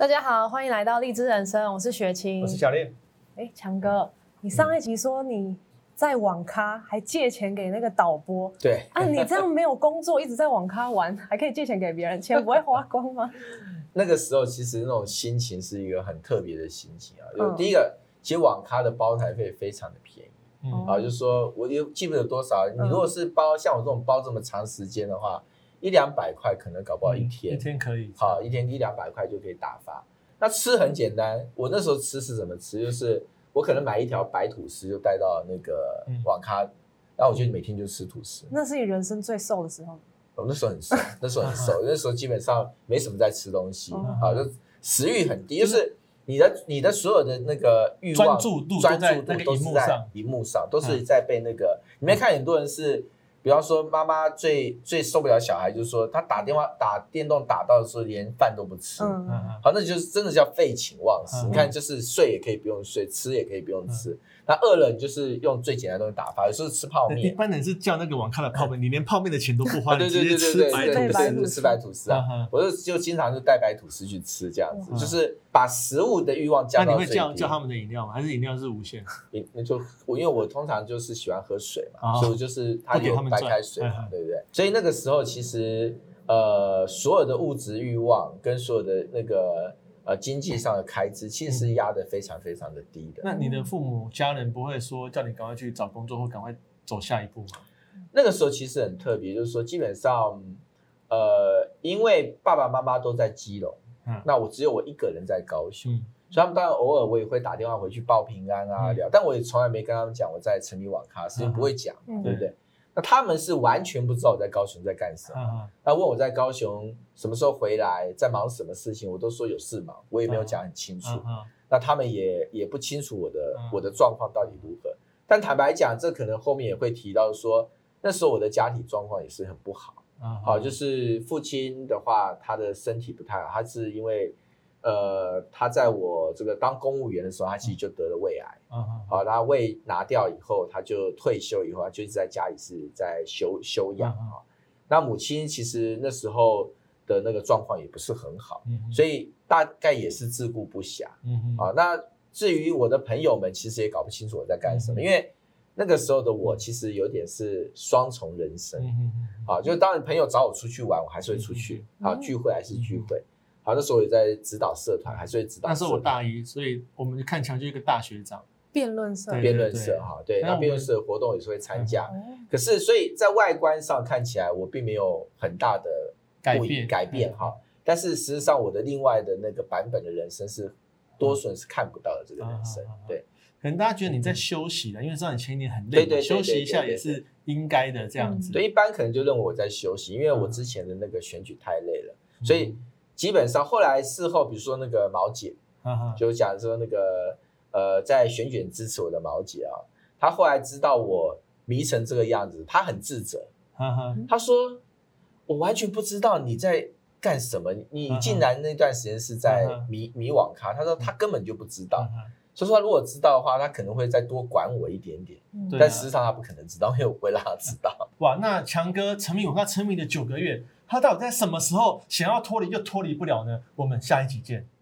大家好，欢迎来到荔枝人生，我是雪清， 我是小练。 强哥，你上一集说你在网咖还借钱给那个导播， 对啊，你这样没有工作，一直在网咖玩，还可以借钱给别人，钱不会花光吗？ 那个时候其实那种心情是一个很特别的心情啊。第一个，其实网咖的包台费非常的便宜，就是说我也记不得多少，你如果是包像我这种包这么长时间的话，100-200块可能搞不好一天， 一天可以， 好，一天100-200块就可以打发。那吃很简单，我那时候吃是怎么吃？就是我可能买一条白吐司就带到那个网咖，然后我就每天就吃吐司。 那是你人生最瘦的时候。 那时候很瘦，那时候基本上没什么在吃东西，就食欲很低，就是你的所有的那个欲望、 专注度都是在荧幕上，都是在被那个。你没看很多人是。比方说，妈妈最受不了小孩，就是说他打电动打到的时候连饭都不吃，好，那就是真的叫废寝忘食。你看，就是睡也可以不用睡，吃也可以不用吃。那饿了，你就是用最简单的东西打发，有时候吃泡面。 一般人是叫那个网咖的泡面，你连泡面的钱都不花， 对， 直接吃白吐司， 吃白吐司啊！我就经常就带白吐司去吃，这样子，就是把食物的欲望降到最低。 那你会叫他们的饮料吗？还是饮料是无限？ 因为我通常就是喜欢喝水嘛，所以我就是他有白开水嘛，对不对？所以那个时候其实所有的物质欲望跟所有的那个经济上的开支，其实是压得非常非常的低的。 那你的父母家人不会说叫你赶快去找工作或赶快走下一步吗？ 那个时候其实很特别，就是说基本上因为爸爸妈妈都在基隆，那只有我一个人在高雄。所以他们当然偶尔我也会打电话回去报平安啊聊，但我也从来没跟他们讲我在沉迷网咖，所以不会讲，对不对？那他们是完全不知道我在高雄在干什么。那问我在高雄什么时候回来，在忙什么事情，我都说有事忙，我也没有讲很清楚。那他们也不清楚我的状况到底如何。但坦白讲，这可能后面也会提到说，那时候我的家庭状况也是很不好。好，就是父亲的话，他的身体不太好，他是因为他在我这个当公务员的时候，他其实就得了胃癌。好，然后胃拿掉以后，他就退休以后，他就一直在家里是在休养。那母亲其实那时候的那个状况也不是很好，所以大概也是自顾不暇。那至于我的朋友们，其实也搞不清楚我在干什么，因为那个时候的我其实有点是双重人生。就是当然朋友找我出去玩，我还是会出去，聚会还是聚会。好，那时候也在指导社团，还是会指导社团。 那时候我大一，所以我们看墙就一个大学长。 辩论社哈，对，那辩论社的活动也是会参加。可是，所以在外观上看起来，我并没有很大的改变哈。但是实际上，我的另外的那个版本的人生是多数人是看不到的这个人生。对， 可能大家觉得你在休息了，因为知道你前一年很累，对，休息一下也是应该的这样子。 对，一般可能就认为我在休息，因为我之前的那个选举太累了，所以基本上后来事后，比如说那个毛姐，就讲说那个在选举支持我的毛姐啊，她后来知道我迷成这个样子，她很自责。她说我完全不知道你在干什么，你竟然那段时间是在迷网咖。她说她根本就不知道，所以说如果知道的话，她可能会再多管我一点点，但事实上她不可能知道，因为我不会让她知道。 哇，那强哥沉迷网咖沉迷了9个月，他到底在什么时候想要脱离又脱离不了呢？我们下一集见。